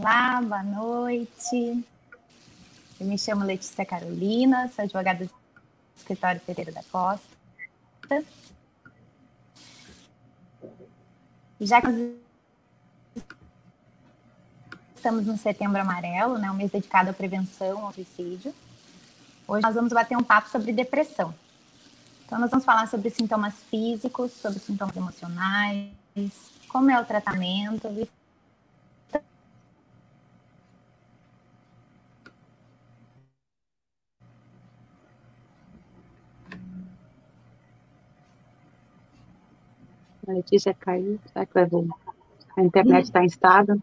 Olá, boa noite. Eu me chamo Letícia Carolina, sou advogada do escritório Pereira da Costa. Já que estamos no Setembro Amarelo, né, um mês dedicado à prevenção ao suicídio, hoje nós vamos bater um papo sobre depressão. Então, nós vamos falar sobre sintomas físicos, sobre sintomas emocionais, como é o tratamento. A Letícia caiu, será que vai voltar? A internet está instável.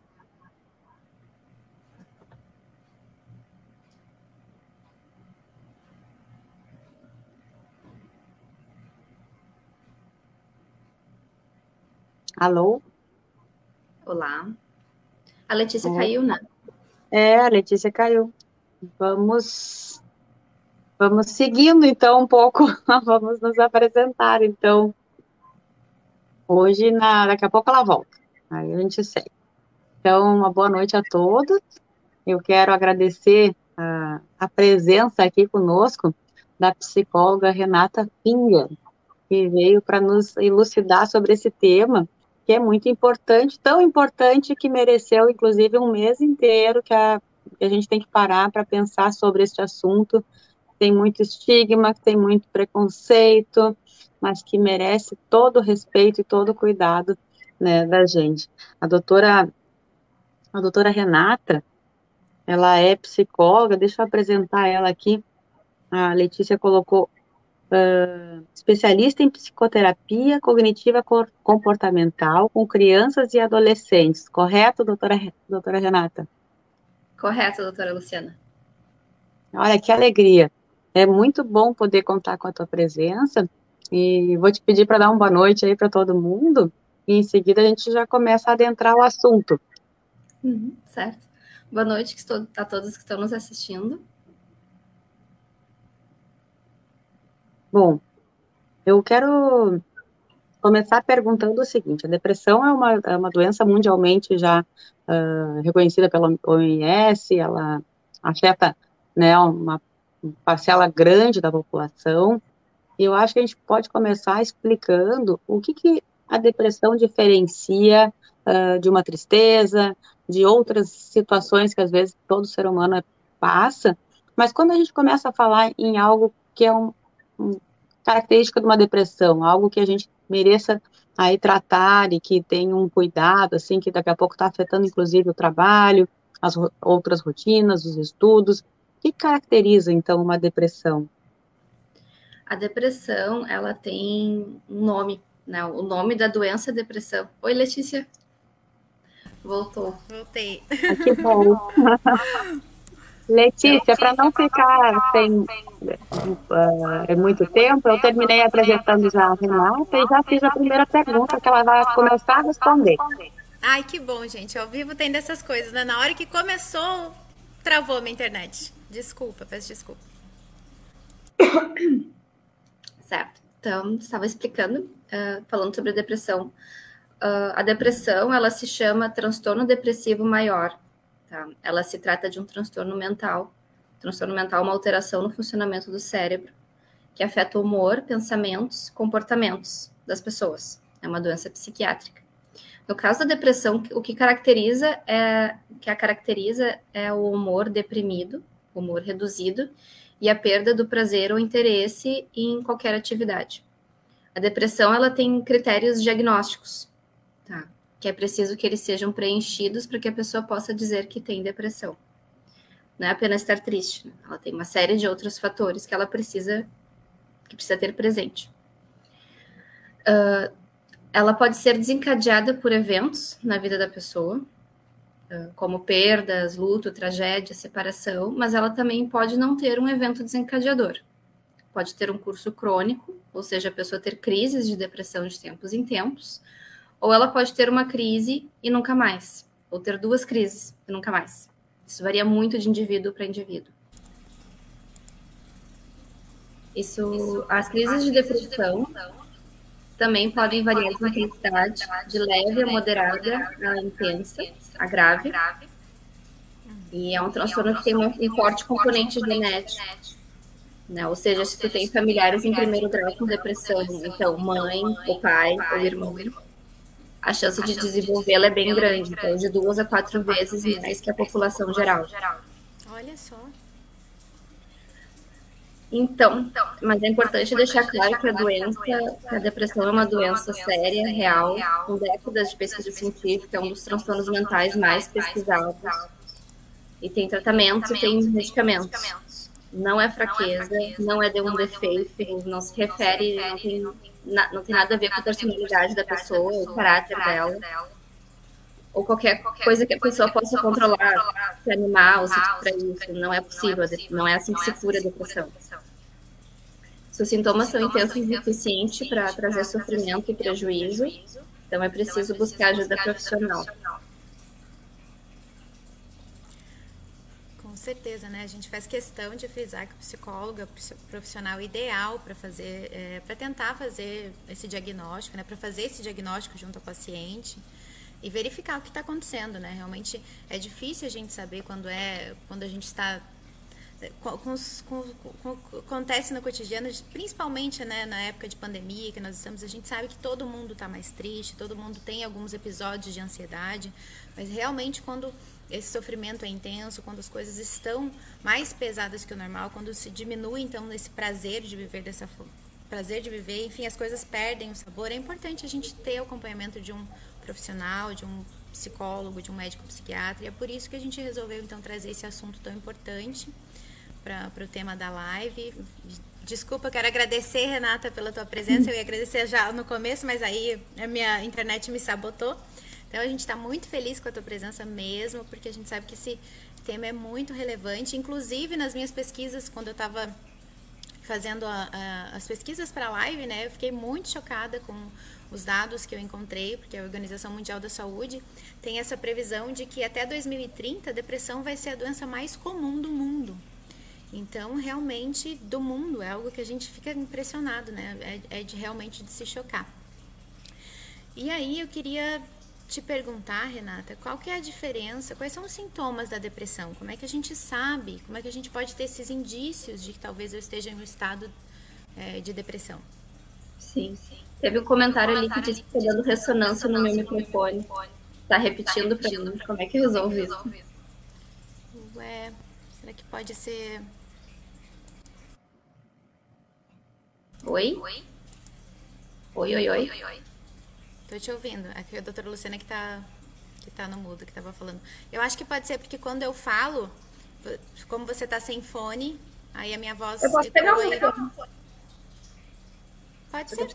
Alô? Olá. A Letícia caiu, né? A Letícia caiu. Vamos seguindo, então, um pouco. Vamos nos apresentar, então. Hoje, daqui a pouco ela volta. Aí a gente segue. Então, uma boa noite a todos. Eu quero agradecer a presença aqui conosco da psicóloga Renata Finger, que veio para nos elucidar sobre esse tema, que é muito importante, tão importante que mereceu, inclusive, um mês inteiro que a gente tem que parar para pensar sobre este assunto. Tem muito estigma, tem muito preconceito, mas que merece todo o respeito e todo o cuidado, né, da gente. A doutora Renata, ela é psicóloga, deixa eu apresentar ela aqui. A Letícia colocou especialista em psicoterapia cognitiva comportamental com crianças e adolescentes, correto, doutora Renata? Correto, doutora Luciana. Olha, que alegria. É muito bom poder contar com a tua presença e vou te pedir para dar uma boa noite aí para todo mundo e em seguida a gente já começa a adentrar o assunto. Certo. Boa noite a todos que estão nos assistindo. Bom, eu quero começar perguntando o seguinte: a depressão é uma doença mundialmente já reconhecida pela OMS, ela afeta, né, uma parcela grande da população, e eu acho que a gente pode começar explicando o que a depressão diferencia de uma tristeza, de outras situações que às vezes todo ser humano passa, mas quando a gente começa a falar em algo que é característica de uma depressão, algo que a gente mereça aí tratar e que tem um cuidado, assim, que daqui a pouco está afetando inclusive o trabalho, as outras rotinas, os estudos. O que caracteriza, então, uma depressão? A depressão, ela tem um nome, né? O nome da doença é depressão. Oi, Letícia. Voltou. Voltei. Que bom. Letícia, para não ficar sem muito tempo, eu terminei apresentando já a Renata e já fiz a primeira pergunta que ela vai começar a responder. Ai, que bom, gente. Ao vivo tem dessas coisas, né? Na hora que começou, travou a minha internet. Desculpa, peço desculpa. Certo. Então, estava explicando, falando sobre a depressão. A depressão, ela se chama transtorno depressivo maior. Tá? Ela se trata de um transtorno mental. Transtorno mental é uma alteração no funcionamento do cérebro, que afeta o humor, pensamentos, comportamentos das pessoas. É uma doença psiquiátrica. No caso da depressão, o que a caracteriza é o humor deprimido, o humor reduzido, e a perda do prazer ou interesse em qualquer atividade. A depressão, ela tem critérios diagnósticos, tá? Que é preciso que eles sejam preenchidos para que a pessoa possa dizer que tem depressão. Não é apenas estar triste, né? Ela tem uma série de outros fatores que ela precisa ter presente. Ela pode ser desencadeada por eventos na vida da pessoa, como perdas, luto, tragédia, separação, mas ela também pode não ter um evento desencadeador. Pode ter um curso crônico, ou seja, a pessoa ter crises de depressão de tempos em tempos, ou ela pode ter uma crise e nunca mais, ou ter duas crises e nunca mais. Isso varia muito de indivíduo para indivíduo. As crises de depressão também podem variar de intensidade, de leve a moderada a intensa, a grave. E é um transtorno que tem um forte componente genético, né? Ou seja, se tu tem familiares em primeiro grau com depressão, então mãe, ou pai, ou irmão, a chance de desenvolvê-la é bem grande, então de 2 a 4 vezes mais que a população geral. Olha só. Então, mas é importante deixar claro que a depressão é uma doença séria, real, com décadas de pesquisa científica, é um dos transtornos mentais mais pesquisados, e tem tratamentos e tem medicamentos. Não é fraqueza, não é de um defeito, não se refere, não tem nada a ver com a personalidade da pessoa, o caráter dela, ou qualquer coisa que a pessoa possa controlar, se animar ou se para isso. Não é possível, não é assim que se cura a depressão. Se os sintomas são intensos e suficientes para trazer sofrimento e prejuízo, então é preciso buscar ajuda profissional. Com certeza, né? A gente faz questão de frisar que o psicólogo é o profissional ideal para fazer, para tentar fazer esse diagnóstico, né? Para fazer esse diagnóstico junto ao paciente e verificar o que está acontecendo, né? Realmente é difícil a gente saber quando a gente está acontece no cotidiano, principalmente, né, na época de pandemia que nós estamos, a gente sabe que todo mundo está mais triste, todo mundo tem alguns episódios de ansiedade, mas realmente quando esse sofrimento é intenso, quando as coisas estão mais pesadas que o normal, quando se diminui então esse prazer de viver, enfim, as coisas perdem o sabor, é importante a gente ter o acompanhamento de um profissional, de um psicólogo, de um médico psiquiatra, e é por isso que a gente resolveu então trazer esse assunto tão importante para o tema da live. Desculpa, quero agradecer, Renata, pela tua presença. Eu ia agradecer já no começo, mas aí a minha internet me sabotou. Então a gente está muito feliz com a tua presença mesmo, porque a gente sabe que esse tema é muito relevante. Inclusive nas minhas pesquisas, quando eu estava fazendo as pesquisas para a live, né, eu fiquei muito chocada com os dados que eu encontrei, porque a Organização Mundial da Saúde tem essa previsão de que até 2030 a depressão vai ser a doença mais comum do mundo. Então, realmente, do mundo, é algo que a gente fica impressionado, né? Realmente de se chocar. E aí, eu queria te perguntar, Renata, qual que é a diferença, quais são os sintomas da depressão? Como é que a gente sabe, como é que a gente pode ter esses indícios de que talvez eu esteja em um estado de depressão? Sim. Teve um comentário ali que disse que está dando ressonância no meu microfone. Está repetindo para mim, como é que eu resolvo isso? Ué, será que pode ser... Oi? Oi. Tô te ouvindo. Aqui é a doutora Luciana que tá no mudo, que tava falando. Eu acho que pode ser porque quando eu falo, como você tá sem fone, aí a minha voz... Eu posso pegar o fone. Pode ser.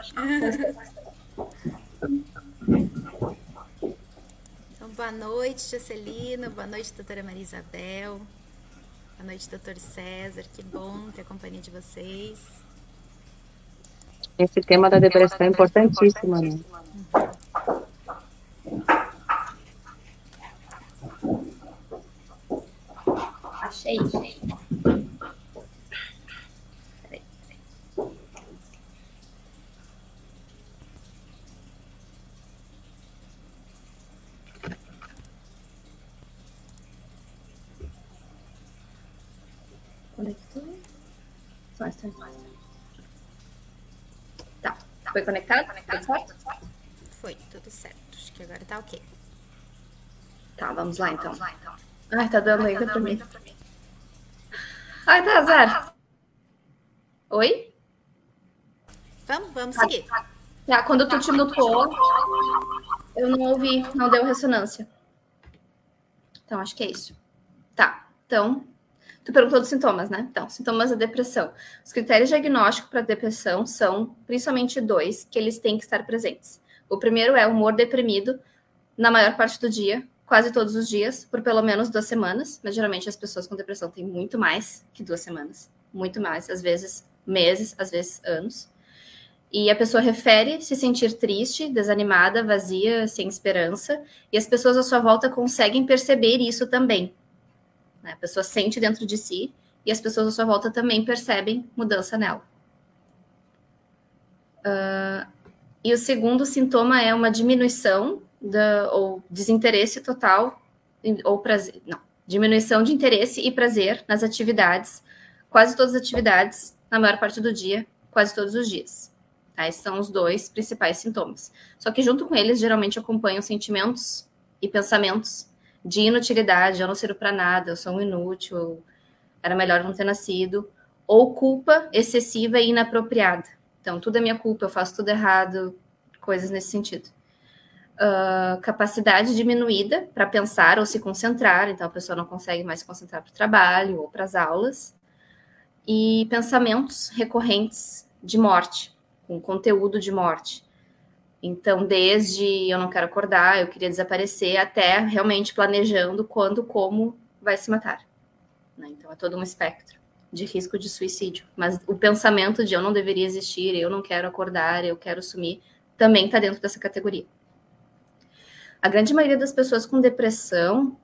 Então, boa noite, Jocelino. Boa noite, doutora Maria Isabel. Boa noite, doutor César. Que bom ter a companhia de vocês. Esse tema da depressão é importantíssimo, né? Achei. Peraí. Conectou? Tá. Foi conectado? Tudo certo? Foi, tudo certo. Acho que agora tá ok. Tá, vamos lá então. Ai, tá dando ainda pra mim. Ai, tá, zero. Oi? Vamos seguir. Tá, quando tu te mutou, eu não ouvi, não deu ressonância. Então, acho que é isso. Tá, então, tu perguntou dos sintomas, né? Então, sintomas da depressão. Os critérios diagnósticos para depressão são principalmente 2, que eles têm que estar presentes. O primeiro é o humor deprimido na maior parte do dia, quase todos os dias, por pelo menos 2 semanas, mas geralmente as pessoas com depressão têm muito mais que 2 semanas, muito mais, às vezes meses, às vezes anos. E a pessoa refere se sentir triste, desanimada, vazia, sem esperança, e as pessoas à sua volta conseguem perceber isso também. A pessoa sente dentro de si, e as pessoas à sua volta também percebem mudança nela. E o segundo sintoma é uma diminuição ou desinteresse total, ou prazer. Não, Diminuição de interesse e prazer nas atividades, quase todas as atividades, na maior parte do dia, quase todos os dias. Tá? Esses são os 2 principais sintomas. Só que junto com eles, geralmente acompanham sentimentos e pensamentos de inutilidade, eu não sirvo para nada, eu sou um inútil, era melhor não ter nascido, ou culpa excessiva e inapropriada. Então, tudo é minha culpa, eu faço tudo errado, coisas nesse sentido. Capacidade diminuída para pensar ou se concentrar, então a pessoa não consegue mais se concentrar para o trabalho ou para as aulas. E pensamentos recorrentes de morte, com conteúdo de morte. Então, desde eu não quero acordar, eu queria desaparecer, até realmente planejando quando, como vai se matar. Né? Então, é todo um espectro de risco de suicídio. Mas o pensamento de eu não deveria existir, eu não quero acordar, eu quero sumir, também está dentro dessa categoria. A grande maioria das pessoas com depressão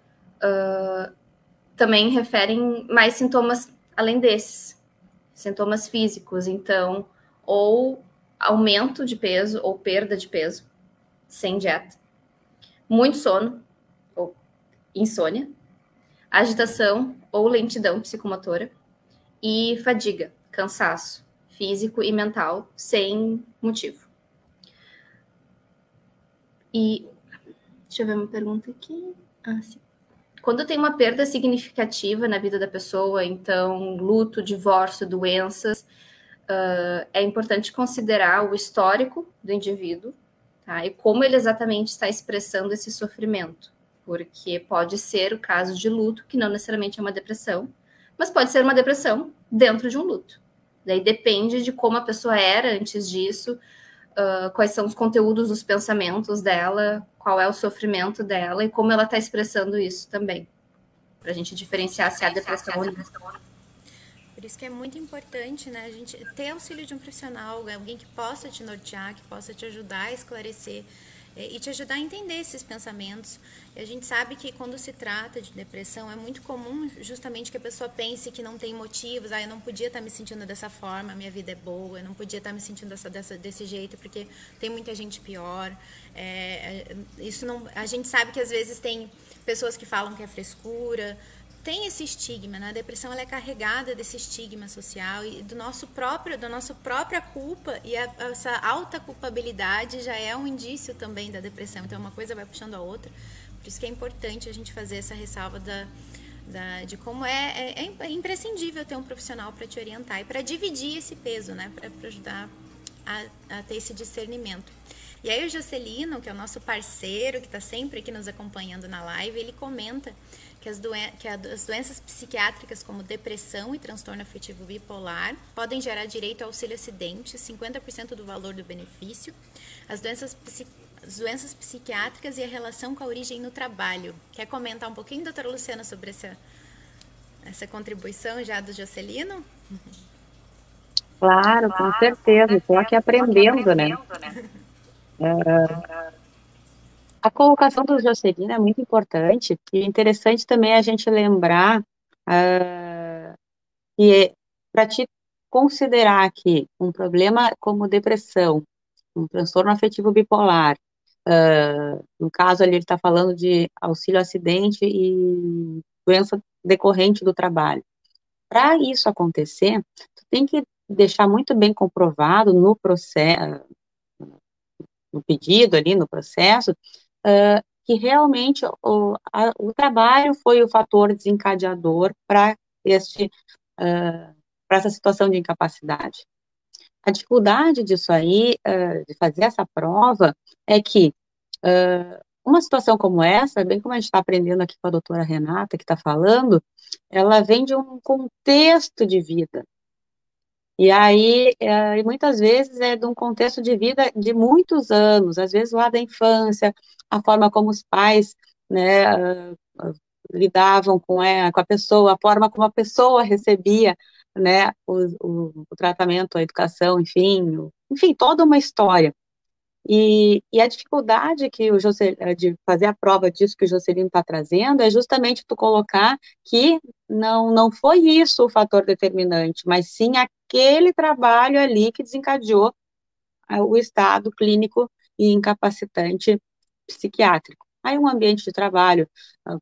também referem mais sintomas além desses. Sintomas físicos, então, ou aumento de peso ou perda de peso sem dieta, muito sono ou insônia, agitação ou lentidão psicomotora e fadiga, cansaço físico e mental sem motivo. E deixa eu ver uma pergunta aqui. Sim. Quando tem uma perda significativa na vida da pessoa, então luto, divórcio, doenças, é importante considerar o histórico do indivíduo, tá? E como ele exatamente está expressando esse sofrimento, porque pode ser o caso de luto, que não necessariamente é uma depressão, mas pode ser uma depressão dentro de um luto. Daí depende de como a pessoa era antes disso, quais são os conteúdos dos pensamentos dela, qual é o sofrimento dela e como ela está expressando isso também, para a gente diferenciar se é a depressão ou não. Por isso que é muito importante, né, a gente ter auxílio de um profissional, alguém que possa te nortear, que possa te ajudar a esclarecer e te ajudar a entender esses pensamentos. E a gente sabe que quando se trata de depressão é muito comum justamente que a pessoa pense que não tem motivos, eu não podia estar me sentindo dessa forma, minha vida é boa, eu não podia estar me sentindo desse jeito porque tem muita gente pior. Isso não, a gente sabe que às vezes tem pessoas que falam que é frescura, tem esse estigma, né? A depressão ela é carregada desse estigma social e da nossa própria culpa, e essa alta culpabilidade já é um indício também da depressão, então uma coisa vai puxando a outra. Por isso que é importante a gente fazer essa ressalva de como é imprescindível ter um profissional para te orientar e para dividir esse peso, né? Para ajudar a ter esse discernimento. E aí o Jocelino, que é o nosso parceiro, que está sempre aqui nos acompanhando na live, ele comenta que as doenças psiquiátricas como depressão e transtorno afetivo bipolar podem gerar direito ao auxílio acidente, 50% do valor do benefício. As doenças psiquiátricas e a relação com a origem no trabalho. Quer comentar um pouquinho, doutora Luciana, sobre essa contribuição já do Jocelino? Claro, com certeza. Estou aqui aprendendo, né? A colocação do Jocelino é muito importante, e é interessante também a gente lembrar que para te considerar que um problema como depressão, um transtorno afetivo bipolar, no caso ali ele está falando de auxílio acidente e doença decorrente do trabalho. Para isso acontecer, tu tem que deixar muito bem comprovado no processo, no pedido ali, no processo, que realmente o trabalho foi o fator desencadeador para essa situação de incapacidade. A dificuldade disso aí, de fazer essa prova, é que uma situação como essa, bem como a gente está aprendendo aqui com a doutora Renata, que está falando, ela vem de um contexto de vida. E aí, muitas vezes é de um contexto de vida de muitos anos, às vezes lá da infância, a forma como os pais, né, lidavam com a pessoa, a forma como a pessoa recebia, né, o tratamento, a educação, enfim, toda uma história. E a dificuldade que de fazer a prova disso que o Jocelino está trazendo é justamente tu colocar que não foi isso o fator determinante, mas sim aquele trabalho ali que desencadeou o estado clínico e incapacitante psiquiátrico. Aí um ambiente de trabalho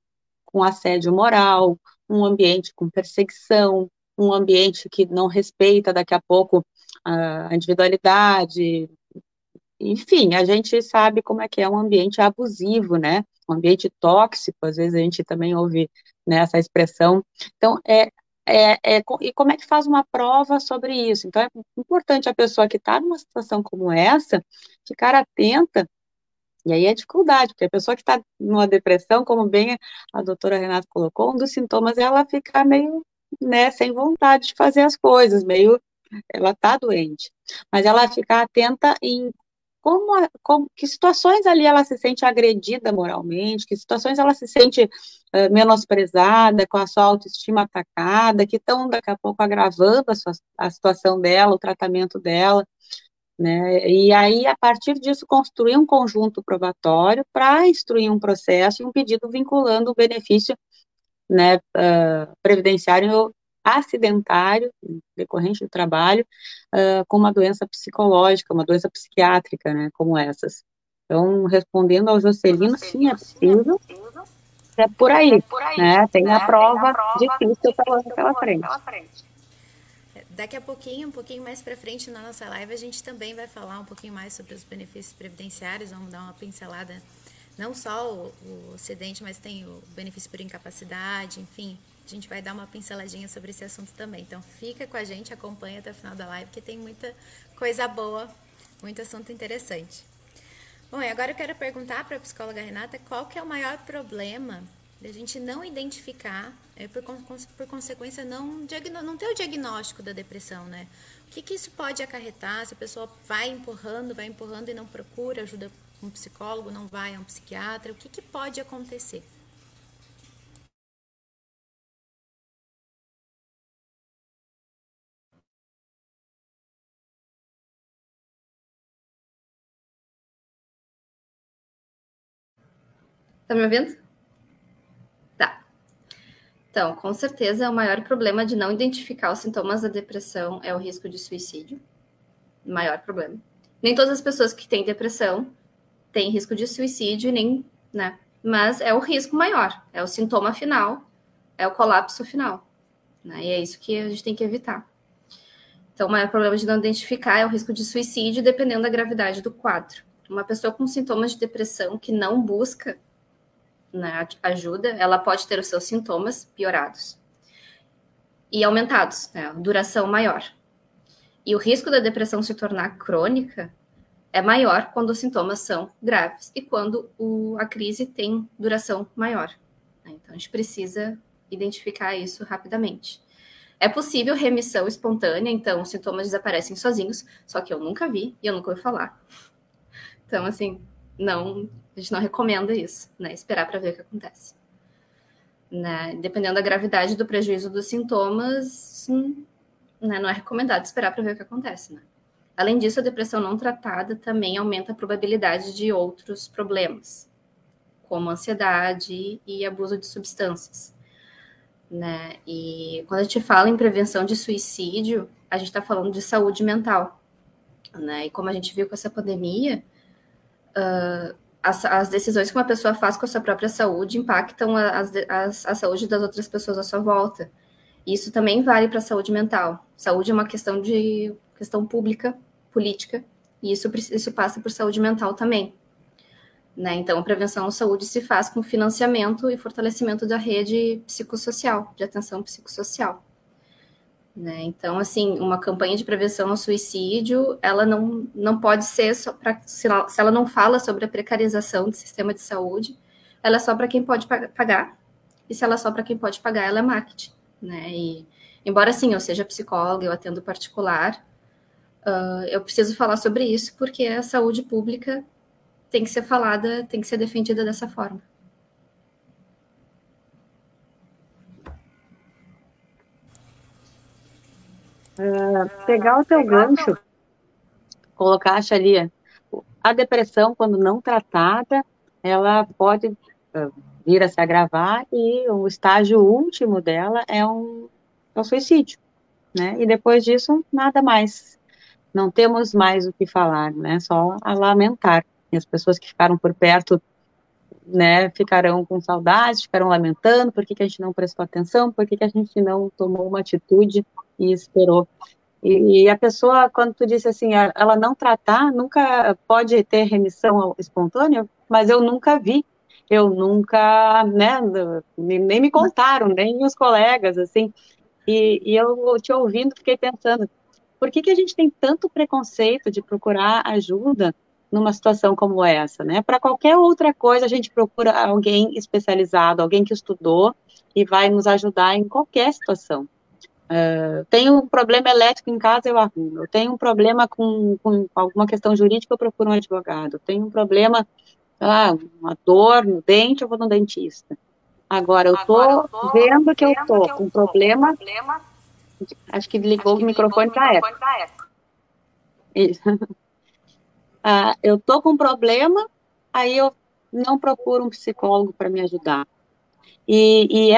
com assédio moral, um ambiente com perseguição, um ambiente que não respeita daqui a pouco a individualidade. Enfim, a gente sabe como é que é um ambiente abusivo, né? Um ambiente tóxico, às vezes a gente também ouve, né, essa expressão. Então, e como é que faz uma prova sobre isso? Então, é importante a pessoa que está numa situação como essa ficar atenta, e aí é dificuldade, porque a pessoa que está numa depressão, como bem a doutora Renata colocou, um dos sintomas é ela ficar meio, né, sem vontade de fazer as coisas, meio, ela está doente, mas ela ficar atenta em que situações ali ela se sente agredida moralmente, que situações ela se sente menosprezada, com a sua autoestima atacada, que estão daqui a pouco agravando a situação dela, o tratamento dela, né? E aí, a partir disso, construir um conjunto probatório para instruir um processo e um pedido vinculando o benefício, né, previdenciário acidentário, decorrente do trabalho, com uma doença psicológica, uma doença psiquiátrica, né, como essas. Então, respondendo ao Jocelino, sim, é possível, é por aí, né, tem a prova difícil pela frente. Daqui a pouquinho, um pouquinho mais para frente na nossa live, a gente também vai falar um pouquinho mais sobre os benefícios previdenciários, vamos dar uma pincelada, não só o acidente, mas tem o benefício por incapacidade, enfim, a gente vai dar uma pinceladinha sobre esse assunto também. Então fica com a gente, acompanha até o final da live, que tem muita coisa boa, muito assunto interessante. Bom, e agora eu quero perguntar para a psicóloga Renata qual que é o maior problema da gente não identificar, por consequência, não ter o diagnóstico da depressão, né? O que isso pode acarretar se a pessoa vai empurrando e não procura ajuda um psicólogo, não vai a um psiquiatra? O que pode acontecer? Tá me ouvindo? Tá. Então, com certeza, o maior problema de não identificar os sintomas da depressão é o risco de suicídio. O maior problema. Nem todas as pessoas que têm depressão têm risco de suicídio, nem, né? Mas é o risco maior, é o sintoma final, é o colapso final, né? E é isso que a gente tem que evitar. Então, o maior problema de não identificar é o risco de suicídio, dependendo da gravidade do quadro. Uma pessoa com sintomas de depressão que não busca, né, ajuda, ela pode ter os seus sintomas piorados e aumentados, né, duração maior. E o risco da depressão se tornar crônica é maior quando os sintomas são graves e quando a crise tem duração maior, né? Então, a gente precisa identificar isso rapidamente. É possível remissão espontânea, então os sintomas desaparecem sozinhos, só que eu nunca vi e eu nunca ouvi falar. Então, assim, a gente não recomenda isso, né? Esperar para ver o que acontece. Né? Dependendo da gravidade do prejuízo dos sintomas, né, não é recomendado esperar para ver o que acontece, né? Além disso, a depressão não tratada também aumenta a probabilidade de outros problemas, como ansiedade e abuso de substâncias, né? E quando a gente fala em prevenção de suicídio, a gente está falando de saúde mental, né? E como a gente viu com essa pandemia, as decisões que uma pessoa faz com a sua própria saúde impactam a saúde das outras pessoas à sua volta. Isso também vale para a saúde mental. Saúde é uma questão pública, política, e isso passa por saúde mental também, né? Então, a prevenção à saúde se faz com financiamento e fortalecimento da rede psicossocial, de atenção psicossocial, né? Então, assim, uma campanha de prevenção ao suicídio, ela não pode ser só para, se ela não fala sobre a precarização do sistema de saúde, ela é só para quem pode pagar, e se ela é só para quem pode pagar, ela é marketing, né? E, embora, sim, eu seja psicóloga, eu atendo particular, eu preciso falar sobre isso, porque a saúde pública tem que ser falada, tem que ser defendida dessa forma. Pegar o teu gancho, colocaste ali, a depressão, quando não tratada, ela pode vir a se agravar e o estágio último dela é o suicídio, né? E depois disso, nada mais. Não temos mais o que falar, né? Só a lamentar. E as pessoas que ficaram por perto né, ficarão com saudade, ficarão lamentando, por que que a gente não prestou atenção, por que que a gente não tomou uma atitude e esperou. E a pessoa, quando tu disse assim, ela não tratar, nunca pode ter remissão espontânea, mas eu nunca vi, eu nunca, né, nem me contaram, nem os colegas, assim, e eu te ouvindo, fiquei pensando, por que que a gente tem tanto preconceito de procurar ajuda numa situação como essa, né? Para qualquer outra coisa, a gente procura alguém especializado, alguém que estudou e vai nos ajudar em qualquer situação. Eu tenho um problema elétrico em casa, eu arrumo. Eu tenho um problema com alguma questão jurídica, eu procuro um advogado. Eu tenho um problema, sei lá, uma dor no dente, eu vou no dentista. Agora, eu tô vendo que eu tô com problema. Acho que ligou o microfone para ela. Isso. Eu tô com problema, aí eu não procuro um psicólogo para me ajudar. E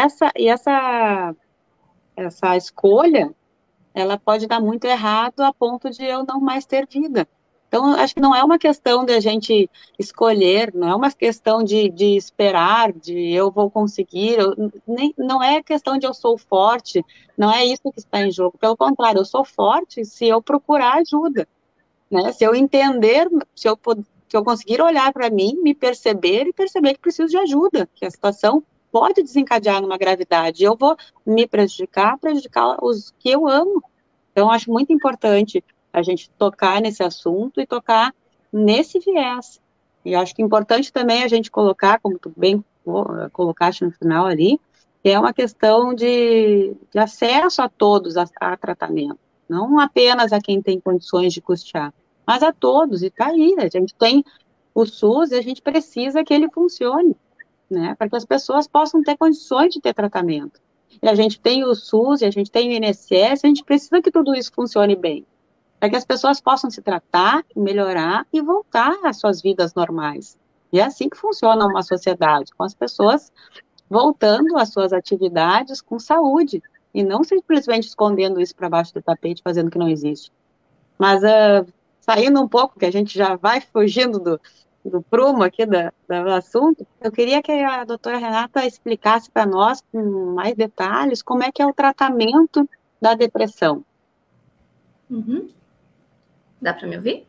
essa escolha, ela pode dar muito errado a ponto de eu não mais ter vida. Então, eu acho que não é uma questão de a gente escolher, não é uma questão de esperar, de eu vou conseguir, não é questão de eu sou forte, não é isso que está em jogo. Pelo contrário, eu sou forte se eu procurar ajuda, né? Se eu entender, se eu conseguir olhar para mim, me perceber e perceber que preciso de ajuda, que a situação pode desencadear numa gravidade, eu vou me prejudicar os que eu amo. Então, acho muito importante a gente tocar nesse assunto e tocar nesse viés. E acho que é importante também a gente colocar, como tu bem colocaste no final ali, que é uma questão de acesso a todos a tratamento. Não apenas a quem tem condições de custear, mas a todos. E está aí, a gente tem o SUS e a gente precisa que ele funcione, né, para que as pessoas possam ter condições de ter tratamento. E a gente tem o SUS, e a gente tem o INSS, a gente precisa que tudo isso funcione bem, para que as pessoas possam se tratar, melhorar e voltar às suas vidas normais. E é assim que funciona uma sociedade, com as pessoas voltando às suas atividades com saúde, e não simplesmente escondendo isso para baixo do tapete, fazendo que não existe. Mas saindo um pouco, que a gente já vai fugindo do prumo aqui do assunto, eu queria que a doutora Renata explicasse para nós, com mais detalhes, como é que é o tratamento da depressão. Uhum. Dá para me ouvir?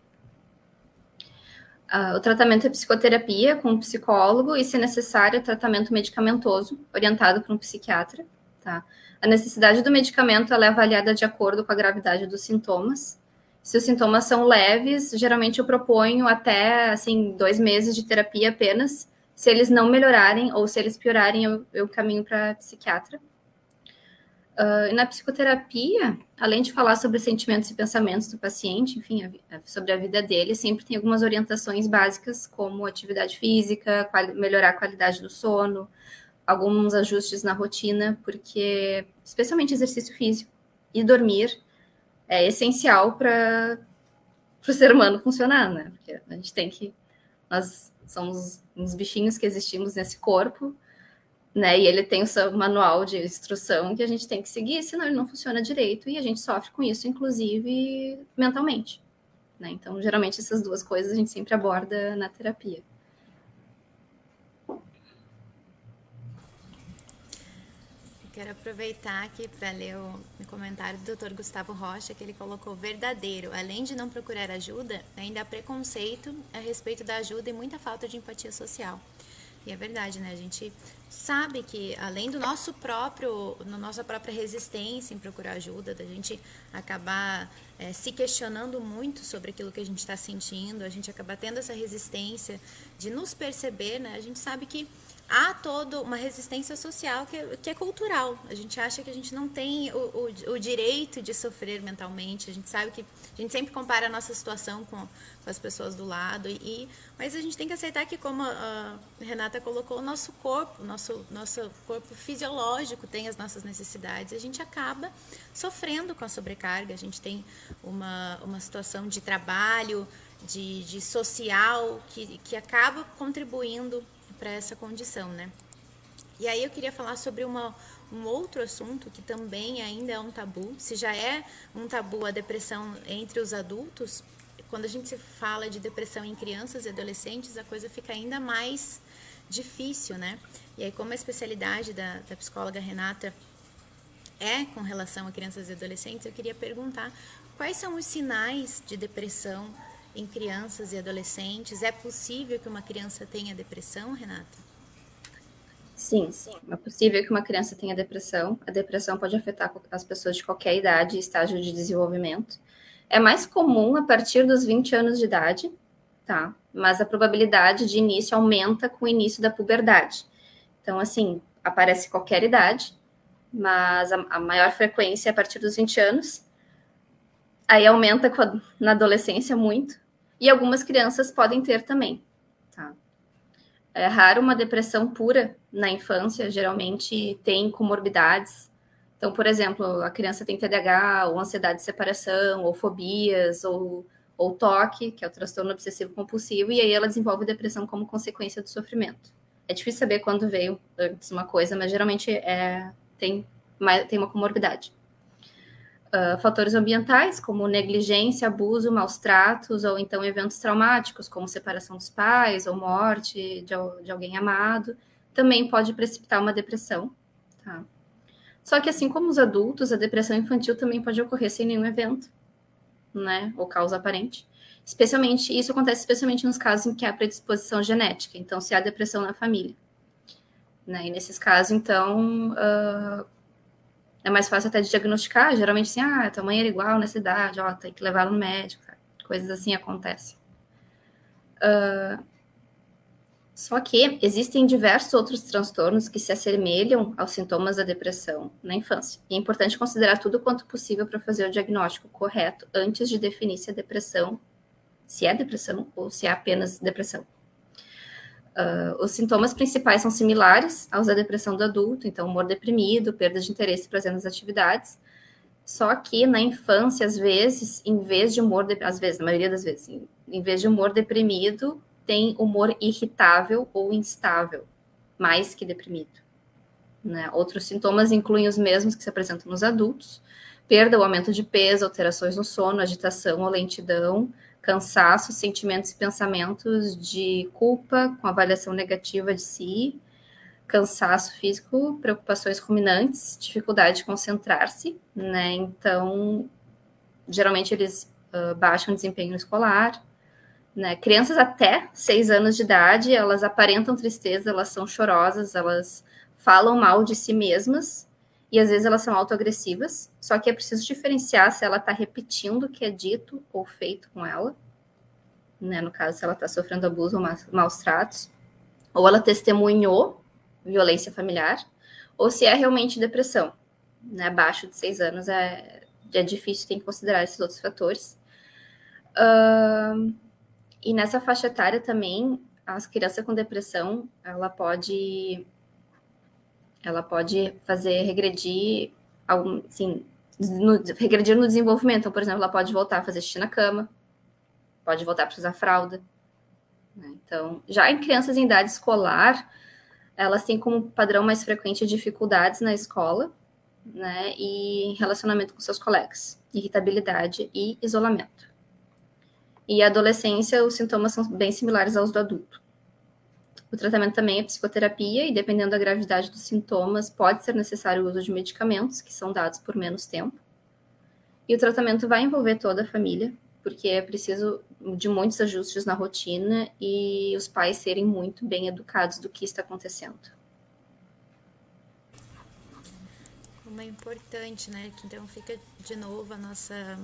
O tratamento é psicoterapia com um psicólogo e, se necessário, tratamento medicamentoso, orientado por um psiquiatra. Tá? A necessidade do medicamento ela é avaliada de acordo com a gravidade dos sintomas. Se os sintomas são leves, geralmente eu proponho até assim, 2 meses de terapia apenas. Se eles não melhorarem ou se eles piorarem, eu caminho para psiquiatra. Na psicoterapia, além de falar sobre sentimentos e pensamentos do paciente, enfim, sobre a vida dele, sempre tem algumas orientações básicas, como atividade física, melhorar a qualidade do sono, alguns ajustes na rotina, porque, especialmente exercício físico e dormir, é essencial para o ser humano funcionar, né? Porque a gente tem que... Nós somos uns bichinhos que existimos nesse corpo, né? E ele tem o seu manual de instrução que a gente tem que seguir, senão ele não funciona direito e a gente sofre com isso, inclusive mentalmente, né? Então, geralmente, essas duas coisas a gente sempre aborda na terapia. Quero aproveitar aqui para ler o comentário do Dr. Gustavo Rocha, que ele colocou: verdadeiro, além de não procurar ajuda, ainda há preconceito a respeito da ajuda e muita falta de empatia social. E é verdade, né? A gente sabe que, além do nossa própria resistência em procurar ajuda, da gente acabar se questionando muito sobre aquilo que a gente está sentindo, a gente acaba tendo essa resistência de nos perceber, né? A gente sabe que há toda uma resistência social que é cultural. A gente acha que a gente não tem o direito de sofrer mentalmente. A gente sabe que a gente sempre compara a nossa situação com as pessoas do lado. Mas a gente tem que aceitar que, como a Renata colocou, o nosso corpo fisiológico tem as nossas necessidades. A gente acaba sofrendo com a sobrecarga. A gente tem uma situação de trabalho, de social, que acaba contribuindo para essa condição, né? E aí eu queria falar sobre um outro assunto que também ainda é um tabu. Se já é um tabu a depressão entre os adultos, quando a gente se fala de depressão em crianças e adolescentes, a coisa fica ainda mais difícil, né? E aí, como a especialidade da psicóloga Renata é com relação a crianças e adolescentes, eu queria perguntar quais são os sinais de depressão em crianças e adolescentes. É possível que uma criança tenha depressão, Renata? Sim, é possível que uma criança tenha depressão. A depressão pode afetar as pessoas de qualquer idade e estágio de desenvolvimento. É mais comum a partir dos 20 anos de idade, tá? Mas a probabilidade de início aumenta com o início da puberdade. Então, assim, aparece qualquer idade, mas a maior frequência é a partir dos 20 anos. Aí aumenta na adolescência muito. E algumas crianças podem ter também, tá? É raro uma depressão pura na infância, geralmente tem comorbidades. Então, por exemplo, a criança tem TDAH, ou ansiedade de separação, ou fobias, ou TOC, que é o transtorno obsessivo compulsivo, e aí ela desenvolve depressão como consequência do sofrimento. É difícil saber quando veio antes uma coisa, mas geralmente tem uma comorbidade. Fatores ambientais, como negligência, abuso, maus tratos, ou então eventos traumáticos, como separação dos pais, ou morte de alguém amado, também pode precipitar uma depressão, tá? Só que, assim como os adultos, a depressão infantil também pode ocorrer sem nenhum evento, né, ou causa aparente. Isso acontece especialmente nos casos em que há predisposição genética, então se há depressão na família, né, e nesses casos, então, é mais fácil até de diagnosticar, geralmente assim, tua mãe era igual nessa idade, tem que levar ela no médico, tá? Coisas assim acontecem. Só que existem diversos outros transtornos que se assemelham aos sintomas da depressão na infância. E é importante considerar tudo quanto possível para fazer o diagnóstico correto antes de definir se é depressão ou se é apenas depressão. Os sintomas principais são similares aos da depressão do adulto, então humor deprimido, perda de interesse e prazer nas atividades. Só que na infância, às vezes, na maioria das vezes, em vez de humor deprimido, tem humor irritável ou instável, mais que deprimido, né? Outros sintomas incluem os mesmos que se apresentam nos adultos: perda ou aumento de peso, alterações no sono, agitação ou lentidão, cansaço, sentimentos e pensamentos de culpa com avaliação negativa de si, cansaço físico, preocupações ruminantes, dificuldade de concentrar-se, né? Então, geralmente eles baixam desempenho escolar, né? Crianças até 6 anos de idade, elas aparentam tristeza, elas são chorosas, elas falam mal de si mesmas, e às vezes elas são autoagressivas, só que é preciso diferenciar se ela está repetindo o que é dito ou feito com ela, né? No caso, se ela está sofrendo abuso ou maus tratos, ou ela testemunhou violência familiar, ou se é realmente depressão, né? Abaixo de 6 anos é difícil, tem que considerar esses outros fatores. E nessa faixa etária também, as crianças com depressão, ela pode fazer regredir, assim, regredir no desenvolvimento. Então, por exemplo, ela pode voltar a fazer xixi na cama, pode voltar para usar fralda, né? Então, já em crianças em idade escolar, elas têm como padrão mais frequente dificuldades na escola, né, e relacionamento com seus colegas, irritabilidade e isolamento. E a adolescência, os sintomas são bem similares aos do adulto. O tratamento também é psicoterapia, e dependendo da gravidade dos sintomas, pode ser necessário o uso de medicamentos, que são dados por menos tempo. E o tratamento vai envolver toda a família, porque é preciso de muitos ajustes na rotina e os pais serem muito bem educados do que está acontecendo. Como é importante, né? Que então fica de novo a nossa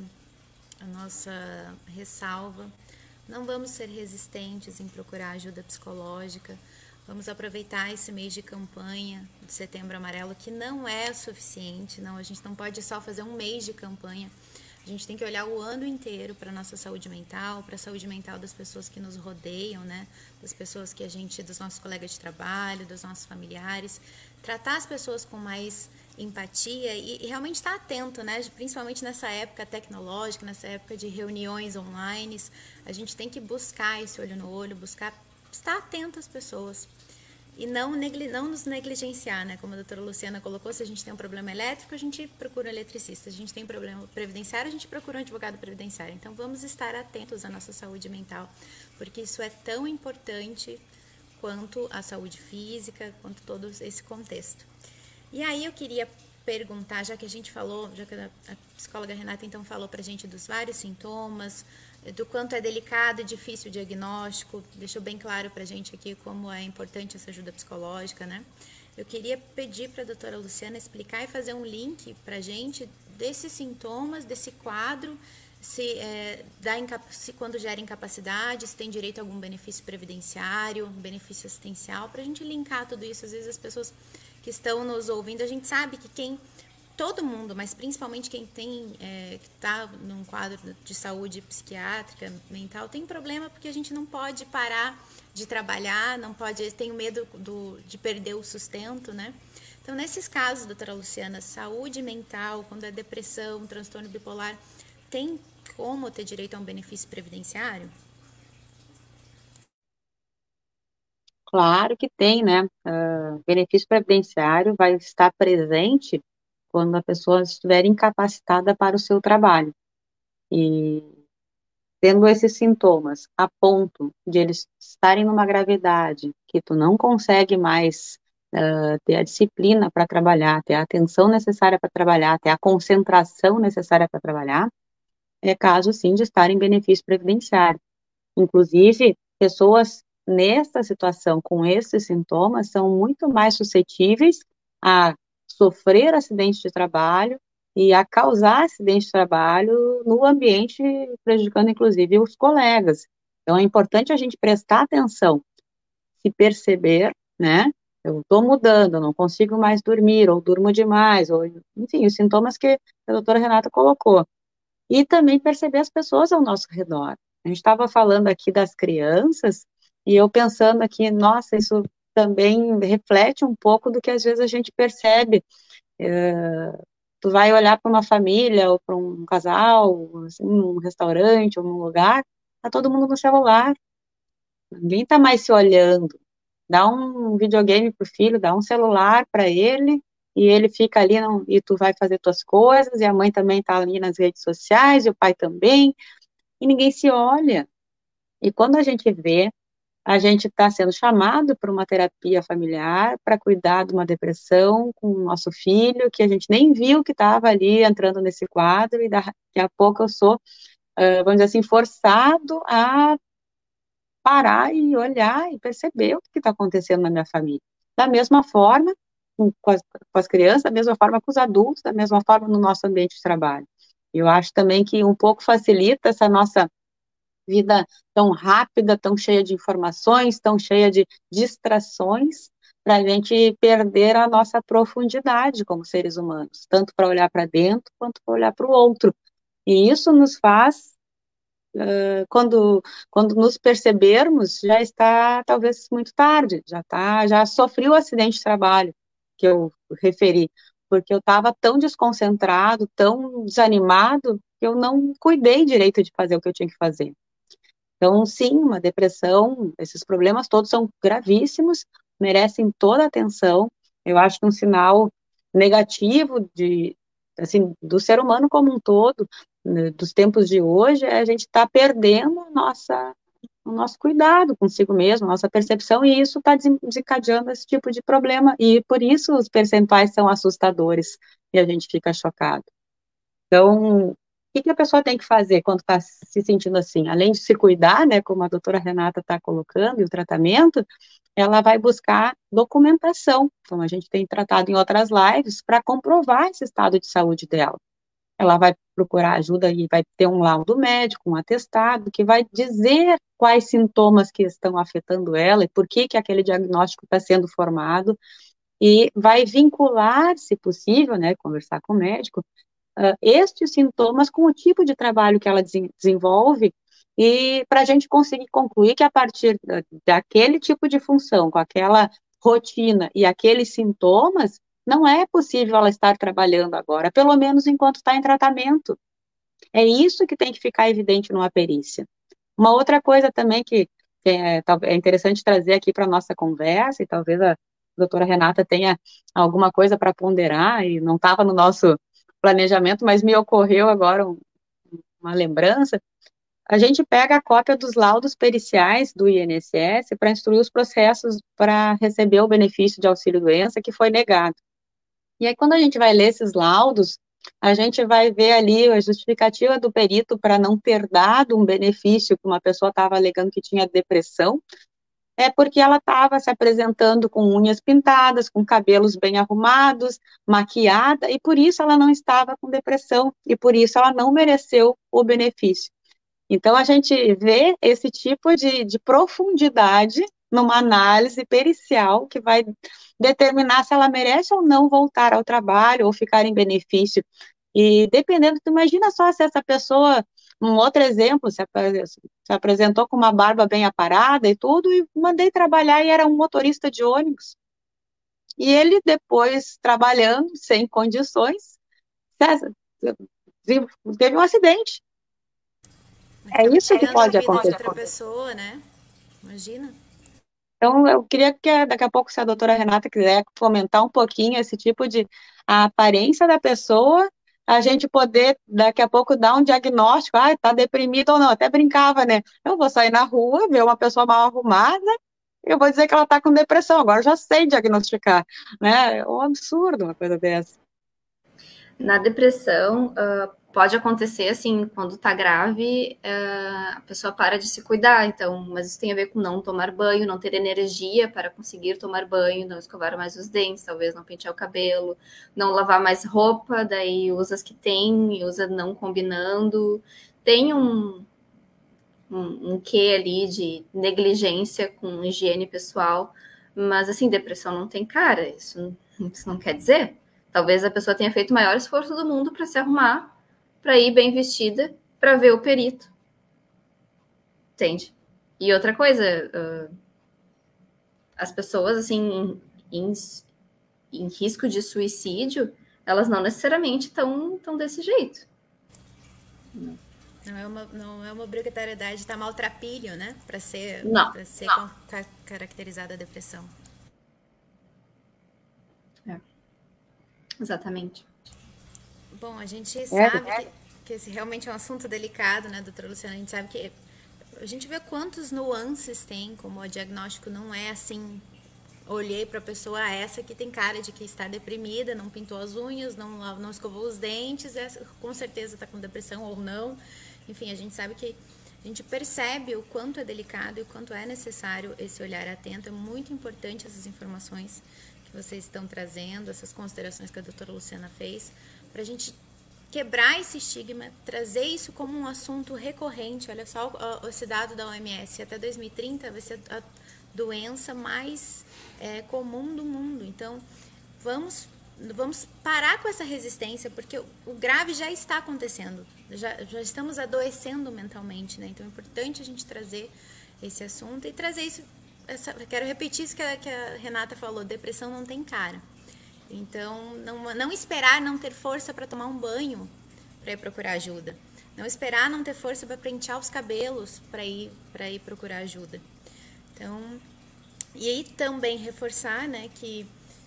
ressalva. Não vamos ser resistentes em procurar ajuda psicológica. Vamos aproveitar esse mês de campanha de Setembro Amarelo, que não é suficiente. Não, a gente não pode só fazer um mês de campanha. A gente tem que olhar o ano inteiro para a nossa saúde mental, para a saúde mental das pessoas que nos rodeiam, né? Das pessoas dos nossos colegas de trabalho, dos nossos familiares. Tratar as pessoas com mais empatia e realmente estar atento, né? Principalmente nessa época tecnológica, nessa época de reuniões online. A gente tem que buscar esse olho no olho, buscar estar atento às pessoas. E não nos negligenciar, né? Como a doutora Luciana colocou, se a gente tem um problema elétrico, a gente procura um eletricista. Se a gente tem um problema previdenciário, a gente procura um advogado previdenciário. Então, vamos estar atentos à nossa saúde mental, porque isso é tão importante quanto a saúde física, quanto todo esse contexto. E aí eu queria perguntar, já que a gente falou, já que a psicóloga Renata então falou pra gente dos vários sintomas, do quanto é delicado e difícil o diagnóstico, deixou bem claro pra gente aqui como é importante essa ajuda psicológica, né? Eu queria pedir para a doutora Luciana explicar e fazer um link para a gente desses sintomas, desse quadro, se quando gera incapacidade, se tem direito a algum benefício previdenciário, benefício assistencial, para a gente linkar tudo isso. Às vezes as pessoas que estão nos ouvindo, a gente sabe que todo mundo, mas principalmente quem tem, que está num quadro de saúde psiquiátrica, mental, tem problema porque a gente não pode parar de trabalhar, não pode, tem medo de perder o sustento, né? Então, nesses casos, doutora Luciana, saúde mental, quando é depressão, transtorno bipolar, tem como ter direito a um benefício previdenciário? Claro que tem, né? Benefício previdenciário vai estar presente quando a pessoa estiver incapacitada para o seu trabalho. E tendo esses sintomas a ponto de eles estarem numa gravidade que tu não consegue mais ter a disciplina para trabalhar, ter a atenção necessária para trabalhar, ter a concentração necessária para trabalhar, é caso, sim, de estar em benefício previdenciário. Inclusive, pessoas nessa situação, com esses sintomas, são muito mais suscetíveis a sofrer acidente de trabalho e a causar acidente de trabalho no ambiente, prejudicando, inclusive, os colegas. Então, é importante a gente prestar atenção, se perceber, né? Eu estou mudando, eu não consigo mais dormir, ou durmo demais, ou, enfim, os sintomas que a doutora Renata colocou. E também perceber as pessoas ao nosso redor. A gente estava falando aqui das crianças, e eu pensando aqui, nossa, isso também reflete um pouco do que às vezes a gente percebe. Tu vai olhar para uma família ou para um casal, assim, num restaurante ou num lugar, tá todo mundo no celular. Ninguém está mais se olhando. Dá um videogame pro filho, dá um celular para ele, e ele fica ali, não, e tu vai fazer tuas coisas, e a mãe também está ali nas redes sociais, e o pai também, e ninguém se olha. E quando a gente vê, a gente está sendo chamado para uma terapia familiar para cuidar de uma depressão com o nosso filho, que a gente nem viu que estava ali entrando nesse quadro, e daqui a pouco eu sou, vamos dizer assim, forçado a parar e olhar e perceber o que está acontecendo na minha família. Da mesma forma com as crianças, da mesma forma com os adultos, da mesma forma no nosso ambiente de trabalho. Eu acho também que um pouco facilita essa nossa vida tão rápida, tão cheia de informações, tão cheia de distrações, para a gente perder a nossa profundidade como seres humanos, tanto para olhar para dentro quanto para olhar para o outro. E isso nos faz quando nos percebermos, já está talvez muito tarde, já sofri o acidente de trabalho que eu referi, porque eu estava tão desconcentrado, tão desanimado, que eu não cuidei direito de fazer o que eu tinha que fazer. Então, sim, uma depressão, esses problemas todos são gravíssimos, merecem toda a atenção. Eu acho que um sinal negativo assim, do ser humano como um todo, né, dos tempos de hoje, é a gente estar perdendo o nosso cuidado consigo mesmo, a nossa percepção, e isso está desencadeando esse tipo de problema, e por isso os percentuais são assustadores, e a gente fica chocado. Então, o que a pessoa tem que fazer quando está se sentindo assim? Além de se cuidar, né, como a doutora Renata está colocando, e o tratamento, ela vai buscar documentação, como a gente tem tratado em outras lives, para comprovar esse estado de saúde dela. Ela vai procurar ajuda e vai ter um laudo médico, um atestado, que vai dizer quais sintomas que estão afetando ela e por que aquele diagnóstico está sendo formado, e vai vincular, se possível, né, conversar com o médico, estes sintomas com o tipo de trabalho que ela desenvolve, e para a gente conseguir concluir que a partir daquele tipo de função, com aquela rotina e aqueles sintomas, não é possível ela estar trabalhando agora, pelo menos enquanto está em tratamento. É isso que tem que ficar evidente numa perícia. Uma outra coisa também que é interessante trazer aqui para a nossa conversa, e talvez a doutora Renata tenha alguma coisa para ponderar, e não estava no nosso planejamento, mas me ocorreu agora uma lembrança. a gente pega a cópia dos laudos periciais do INSS para instruir os processos para receber o benefício de auxílio-doença que foi negado. E aí, quando a gente vai ler esses laudos, a gente vai ver ali a justificativa do perito para não ter dado um benefício que uma pessoa estava alegando que tinha depressão, é porque ela estava se apresentando com unhas pintadas, com cabelos bem arrumados, maquiada, e por isso ela não estava com depressão, e por isso ela não mereceu o benefício. Então, a gente vê esse tipo de profundidade numa análise pericial que vai determinar se ela merece ou não voltar ao trabalho ou ficar em benefício. E dependendo, tu imagina só se essa pessoa, um outro exemplo, se apresentou com uma barba bem aparada e tudo, e mandei trabalhar e era um motorista de ônibus. E ele, depois, trabalhando, sem condições, teve um acidente. É isso que pode acontecer. Outra pessoa, né? Imagina. Então, eu queria que daqui a pouco, se a doutora Renata quiser comentar um pouquinho esse tipo de a aparência da pessoa, a gente poder, daqui a pouco, dar um diagnóstico, tá deprimido ou não. Até brincava, né? Eu vou sair na rua, ver uma pessoa mal arrumada, eu vou dizer que ela está com depressão. Agora eu já sei diagnosticar, né? É um absurdo uma coisa dessa. Na depressão, pode acontecer, assim, quando tá grave, a pessoa para de se cuidar, então, mas isso tem a ver com não tomar banho, não ter energia para conseguir tomar banho, não escovar mais os dentes, talvez não pentear o cabelo, não lavar mais roupa, daí usa as que tem, usa não combinando, tem um quê ali de negligência com higiene pessoal, mas, assim, depressão não tem cara, isso não quer dizer. Talvez a pessoa tenha feito o maior esforço do mundo para se arrumar, para ir bem vestida, para ver o perito. Entende? E outra coisa, as pessoas, assim, em risco de suicídio, elas não necessariamente estão desse jeito. Não é uma obrigatoriedade estar maltrapilho, né? Para ser caracterizada a depressão. Exatamente. Bom, a gente sabe que esse realmente é um assunto delicado, né, doutora Luciana? A gente sabe que a gente vê quantos nuances tem, como o diagnóstico não é assim. Olhei para a pessoa, essa que tem cara de que está deprimida, não pintou as unhas, não escovou os dentes, essa com certeza está com depressão ou não. Enfim, a gente sabe que a gente percebe o quanto é delicado e o quanto é necessário esse olhar atento. É muito importante essas informações que vocês estão trazendo, essas considerações que a doutora Luciana fez, para a gente quebrar esse estigma, trazer isso como um assunto recorrente. Olha só esse dado da OMS, até 2030 vai ser a doença mais comum do mundo. Então, vamos parar com essa resistência, porque o grave já está acontecendo, já estamos adoecendo mentalmente, né? Então, é importante a gente trazer esse assunto e trazer isso. Quero repetir isso que a Renata falou, depressão não tem cara. Então, não esperar não ter força para tomar um banho para ir procurar ajuda. Não esperar não ter força para pentear os cabelos para ir procurar ajuda. Então, e aí também reforçar, né, que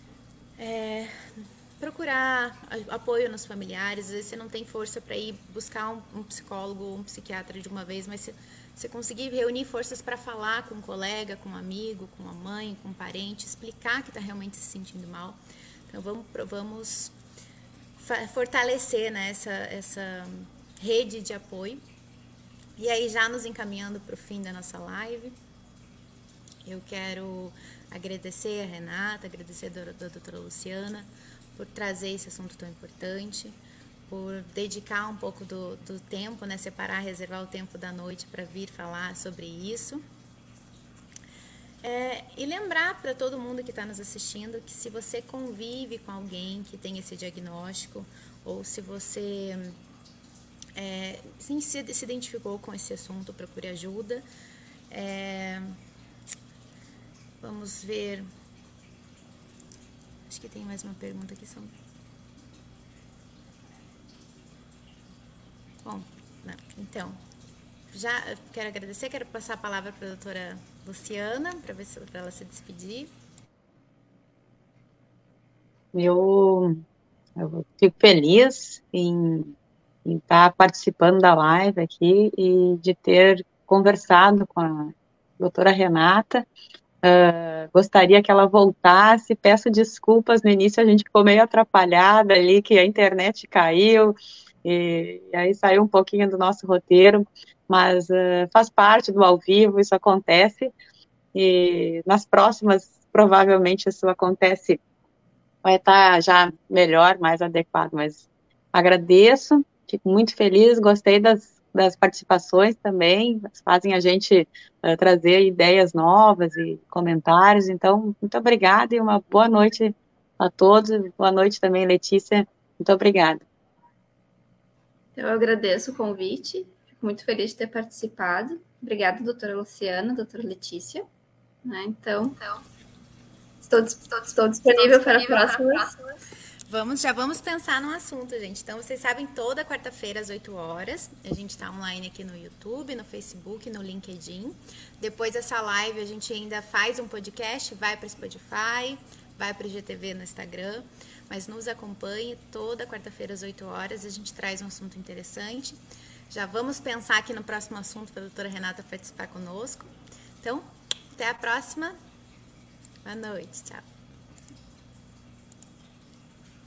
procurar apoio nos familiares. Às vezes você não tem força para ir buscar um psicólogo ou um psiquiatra de uma vez, mas você conseguir reunir forças para falar com um colega, com um amigo, com a mãe, com um parente, explicar que está realmente se sentindo mal. Então, vamos fortalecer, né, essa rede de apoio. E aí, já nos encaminhando para o fim da nossa live, eu quero agradecer a Renata, agradecer a doutora Luciana por trazer esse assunto tão importante, por dedicar um pouco do tempo, né, reservar o tempo da noite para vir falar sobre isso. E lembrar para todo mundo que está nos assistindo que se você convive com alguém que tem esse diagnóstico, ou se você se identificou com esse assunto, procure ajuda. Vamos ver. Acho que tem mais uma pergunta aqui. Bom, não. Então, já quero agradecer, quero passar a palavra para a doutora Luciana, para ela se despedir. Eu fico feliz em em estar participando da live aqui e de ter conversado com a doutora Renata. Gostaria que ela voltasse, peço desculpas, no início a gente ficou meio atrapalhada ali, que a internet caiu, e aí saiu um pouquinho do nosso roteiro, mas faz parte do ao vivo, isso acontece, e nas próximas, provavelmente isso acontece, vai estar já melhor, mais adequado, mas agradeço, fico muito feliz, gostei das participações também, fazem a gente trazer ideias novas e comentários, então, muito obrigada e uma boa noite a todos, boa noite também, Letícia, muito obrigada. Eu agradeço o convite, fico muito feliz de ter participado, obrigada, doutora Luciana, doutora Letícia, né? Então estou disponível para a próxima. Já vamos pensar no assunto, gente. Então, vocês sabem, toda quarta-feira às 8 horas, a gente está online aqui no YouTube, no Facebook, no LinkedIn. Depois dessa live, a gente ainda faz um podcast, vai para o Spotify, vai para o IGTV no Instagram, mas nos acompanhe toda quarta-feira às 8 horas, a gente traz um assunto interessante. Já vamos pensar aqui no próximo assunto para a doutora Renata participar conosco. Então, até a próxima. Boa noite, tchau.